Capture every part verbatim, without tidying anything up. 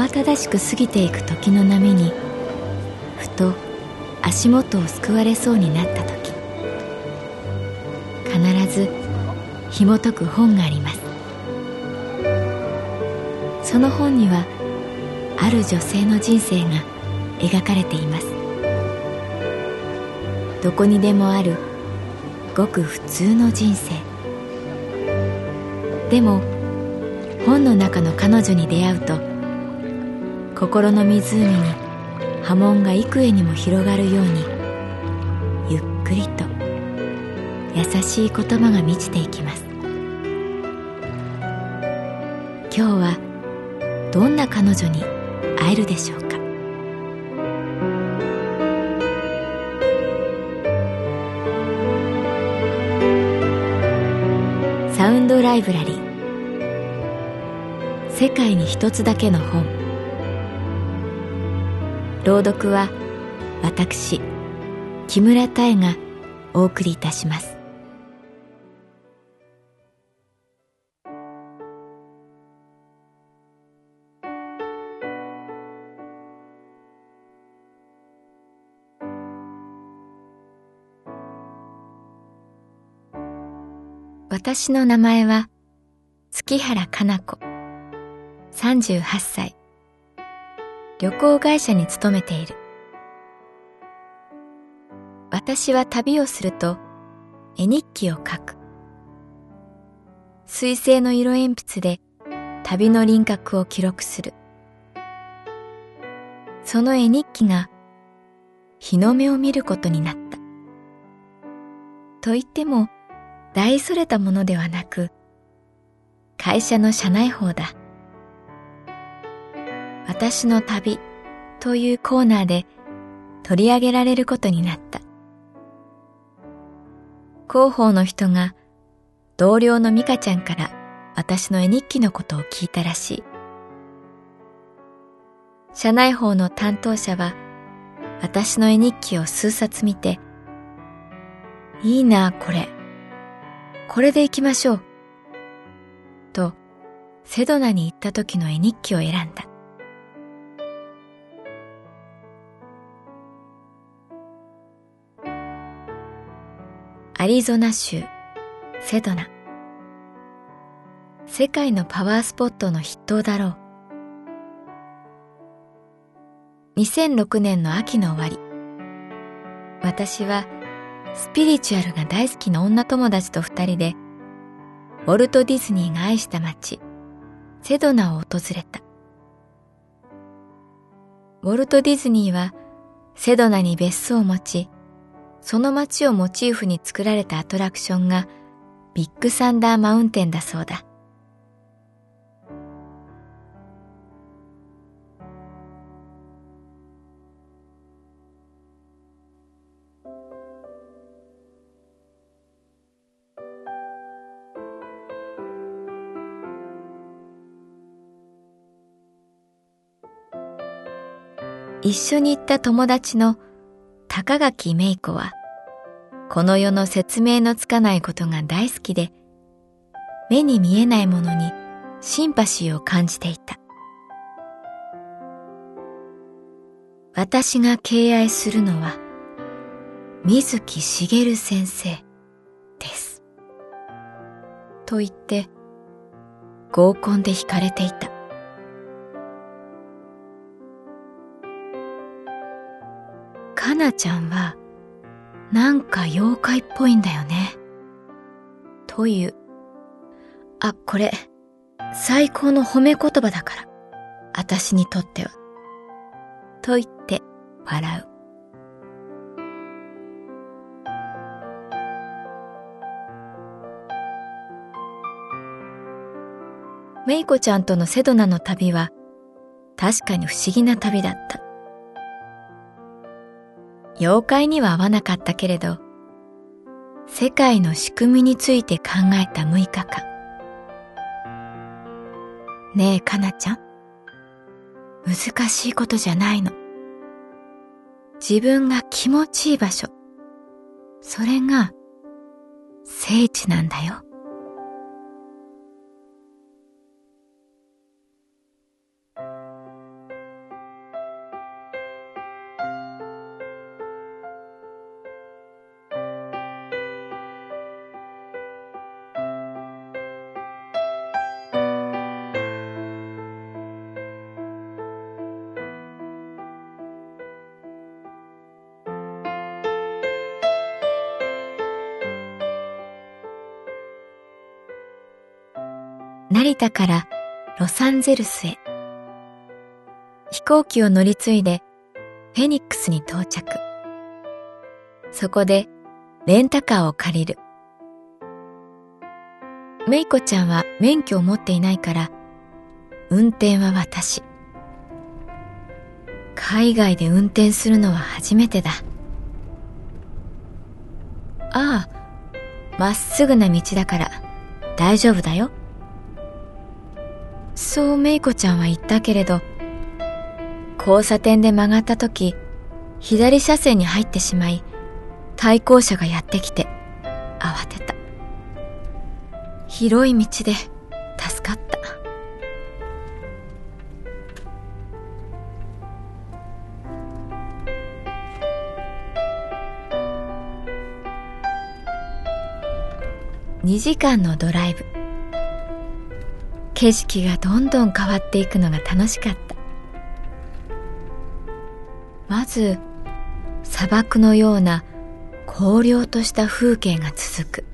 慌ただしく過ぎていく時の波にふと足元をすくわれそうになった時、必ず紐解く本があります。その本にはある女性の人生が描かれています。どこにでもあるごく普通の人生。でも本の中の彼女に出会うと、心の湖に波紋が幾重にも広がるように、ゆっくりと優しい言葉が満ちていきます。今日はどんな彼女に会えるでしょうか。サウンドライブラリー、世界に一つだけの本。朗読は私木村多江がお送りいたします。私の名前は月原かな子、さんじゅうはっさい、旅行会社に勤めている。私は旅をすると絵日記を書く。水性の色鉛筆で旅の輪郭を記録する。その絵日記が日の目を見ることになった。と言っても大それたものではなく、会社の社内報だ。私の旅というコーナーで取り上げられることになった。広報の人が同僚の美香ちゃんから私の絵日記のことを聞いたらしい。社内報の担当者は私の絵日記を数冊見て、いいなこれ。これで行きましょう。と、セドナに行った時の絵日記を選んだ。アリゾナ州、セドナ。世界のパワースポットの筆頭だろう。にせんろくねんの秋の終わり、私はスピリチュアルが大好きな女友達と二人で、ウォルト・ディズニーが愛した街、セドナを訪れた。ウォルト・ディズニーはセドナに別荘を持ち、その街をモチーフに作られたアトラクションがビッグサンダーマウンテンだそうだ。一緒に行った友達の高垣芽衣子は、この世の説明のつかないことが大好きで、目に見えないものにシンパシーを感じていた。私が敬愛するのは水木しげる先生です。と言って合コンで惹かれていた。かなちゃんはなんか妖怪っぽいんだよね。という。あ、これ最高の褒め言葉だから。私にとっては。と言って笑う。めいこちゃんとのセドナの旅は確かに不思議な旅だった。妖怪には会わなかったけれど、世界の仕組みについて考えたむいかかん。ねえかなちゃん、難しいことじゃないの。自分が気持ちいい場所、それが聖地なんだよ。 成田からロサンゼルスへ。飛行機を乗り継いでフェニックスに到着。そこでレンタカーを借りる。メイコちゃんは免許を持っていないから運転は私。海外で運転するのは初めてだ。ああ、まっすぐな道だから大丈夫だよ。そうメイコちゃんは言ったけれど、交差点で曲がった時、左車線に入ってしまい、対向車がやってきて慌てた。広い道で助かった。にじかんのドライブ。景色がどんどん変わっていくのが楽しかった。まず砂漠のような荒涼とした風景が続く。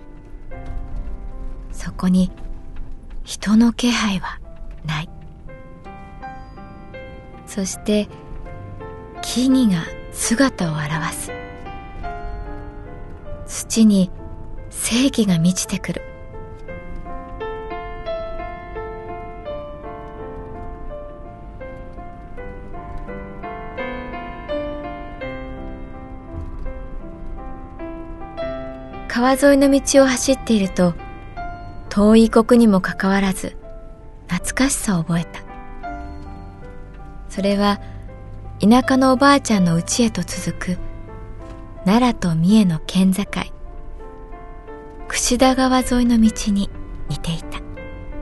そこに人の気配はない。そして木々が姿を現す。土に正義が満ちてくる。川沿いの道を走っていると、遠い異国にもかかわらず懐かしさを覚えた。それは田舎のおばあちゃんの家へと続く奈良と三重の県境、櫛田川沿いの道に似ていた。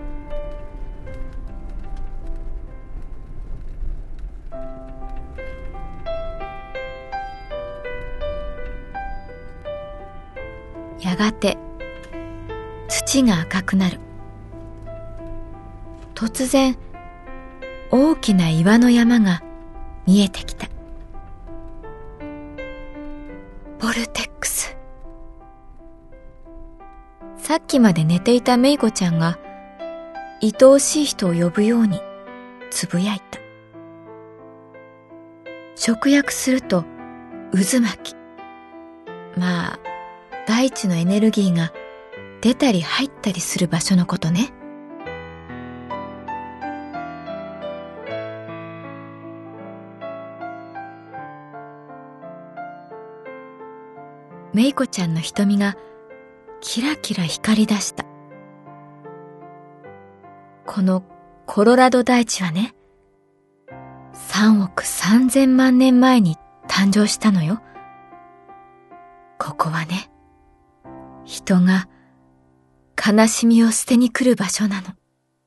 やがて土が赤くなる。突然大きな岩の山が見えてきた。ボルテックス。さっきまで寝ていたメイコちゃんが愛おしい人を呼ぶようにつぶやいた。直訳すると渦巻き。まあ大地のエネルギーが出たり入ったりする場所のことね。メイコちゃんの瞳がキラキラ光り出した。このコロラド大地はね、さんおくさんぜんまんねんまえに誕生したのよ。ここはね、人が悲しみを捨てに来る場所なの。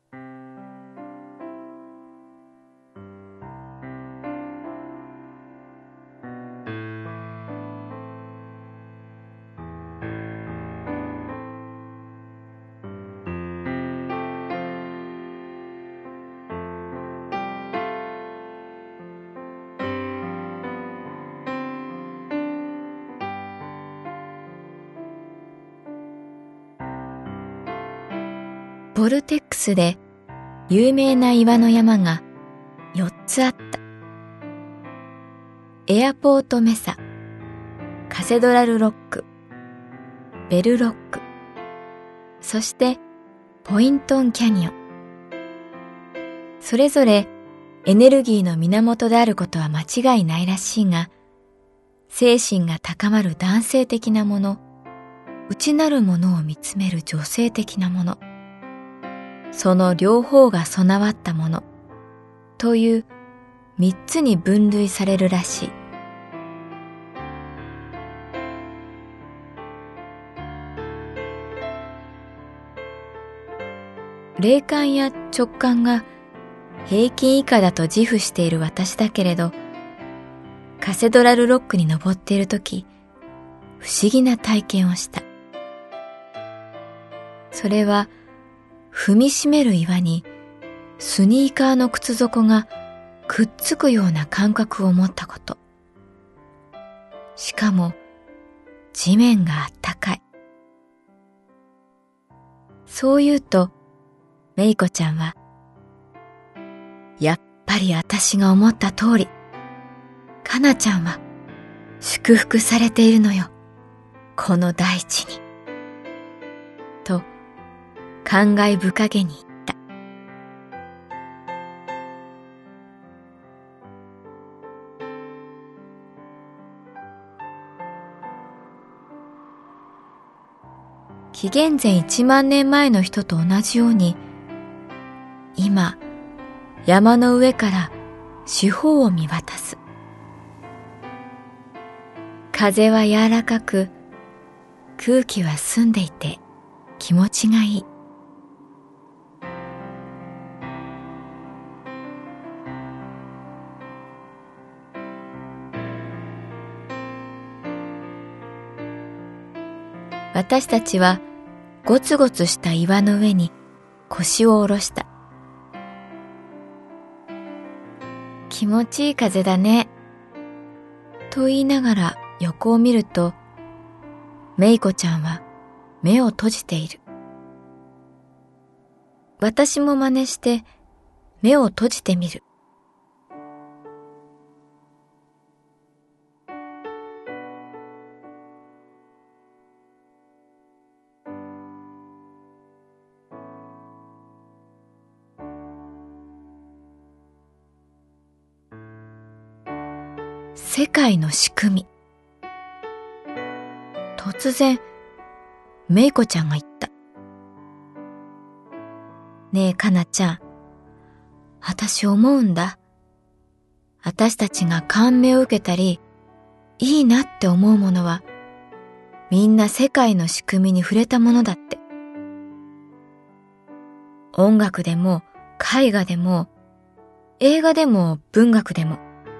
ボルテックスで有名な岩の山がよっつあった。エアポートメサ、カセドラルロック、ベルロック、そしてポイントンキャニオン。それぞれエネルギーの源であることは間違いないらしいが、精神が高まる男性的なもの、内なるものを見つめる女性的なもの、その両方が備わったものという三つに分類されるらしい。霊感や直感が平均以下だと自負している私だけれど、カセドラルロックに登っているとき、不思議な体験をした。それは踏みしめる岩にスニーカーの靴底がくっつくような感覚を持ったこと。しかも地面があったかい。そう言うとめいこちゃんは、やっぱり私が思った通り、かなちゃんは祝福されているのよ、この大地に。と、感慨深げに言った。紀元前いちまんねんまえの人と同じように、今、山の上から四方を見渡す。風は柔らかく、空気は澄んでいて気持ちがいい。私たちはゴツゴツした岩の上に腰を下ろした。気持ちいい風だね。と言いながら横を見ると、めいこちゃんは目を閉じている。私も真似して目を閉じてみる。世界の仕組み。突然、めいこちゃんが言った。ねえ、かなちゃん。あたし思うんだ。あたしたちが感銘を受けたり、いいなって思うものは、みんな世界の仕組みに触れたものだって。音楽でも、絵画でも、映画でも文学でも。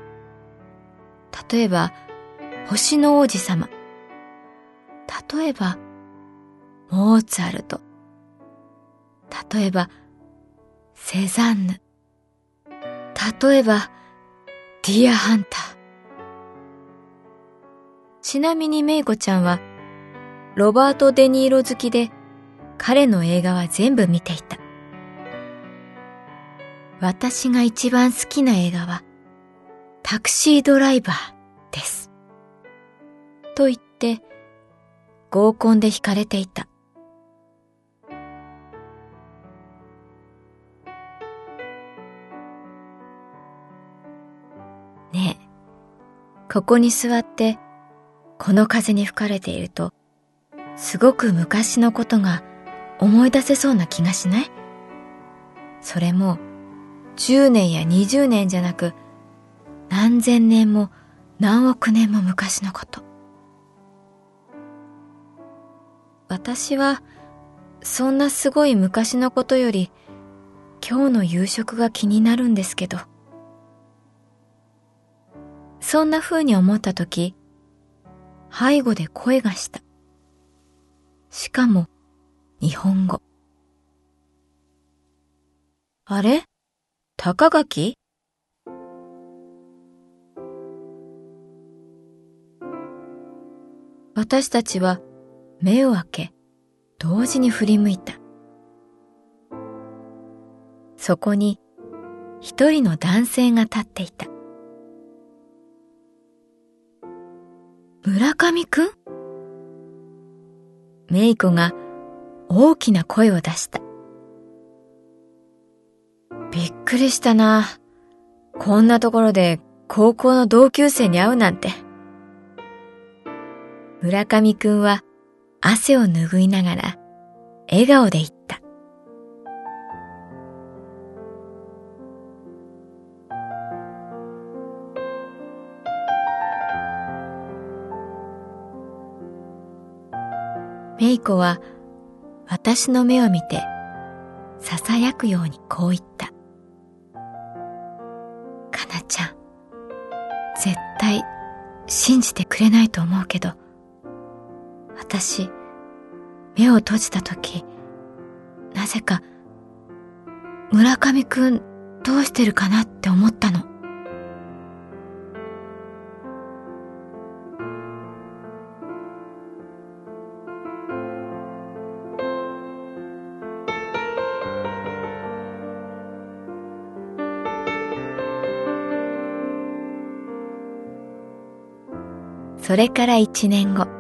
例えば、星の王子様。例えば、モーツァルト。例えば、セザンヌ。例えば、ディアハンター。ちなみにメイコちゃんは、ロバート・デ・ニーロ好きで、彼の映画は全部見ていた。私が一番好きな映画は、タクシードライバーです。と言って、合コンで惹かれていた。ねえ、ここに座って、この風に吹かれていると、すごく昔のことが思い出せそうな気がしない？それも、じゅうねんやにじゅうねんじゃなく、何千年も何億年も昔のこと。私は、そんなすごい昔のことより、今日の夕食が気になるんですけど。そんな風に思ったとき、背後で声がした。しかも、日本語。あれ？高垣？私たちは目を開け、同時に振り向いた。そこに一人の男性が立っていた。村上くん？メイコが大きな声を出した。びっくりしたな。こんなところで高校の同級生に会うなんて。村上くんは汗を拭いながら笑顔で言った。メイコは私の目を見て囁くようにこう言った。かなちゃん、絶対信じてくれないと思うけど、私、目を閉じたとき、なぜか村上くんどうしてるかなって思ったの。 それから一年後、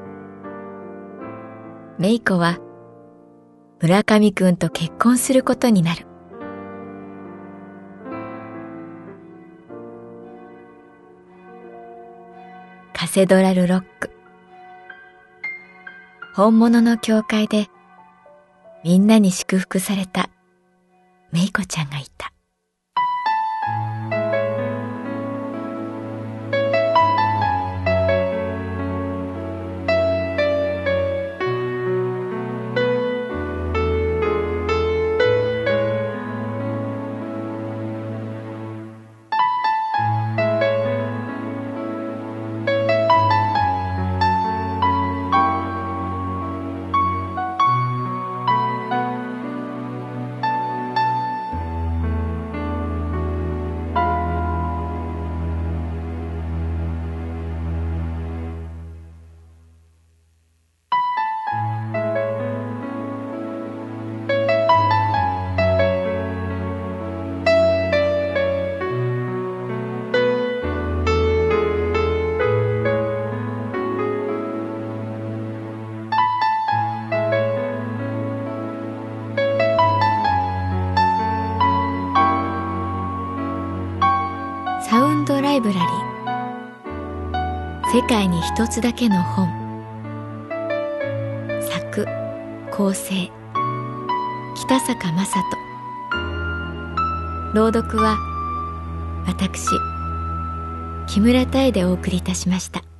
メイコは村上くんと結婚することになる。カセドラルロック。本物の教会でみんなに祝福されたメイコちゃんがいた。サウンドライブラリー。世界に一つだけの本。作・構成北坂雅人。朗読は私木村多江でお送りいたしました。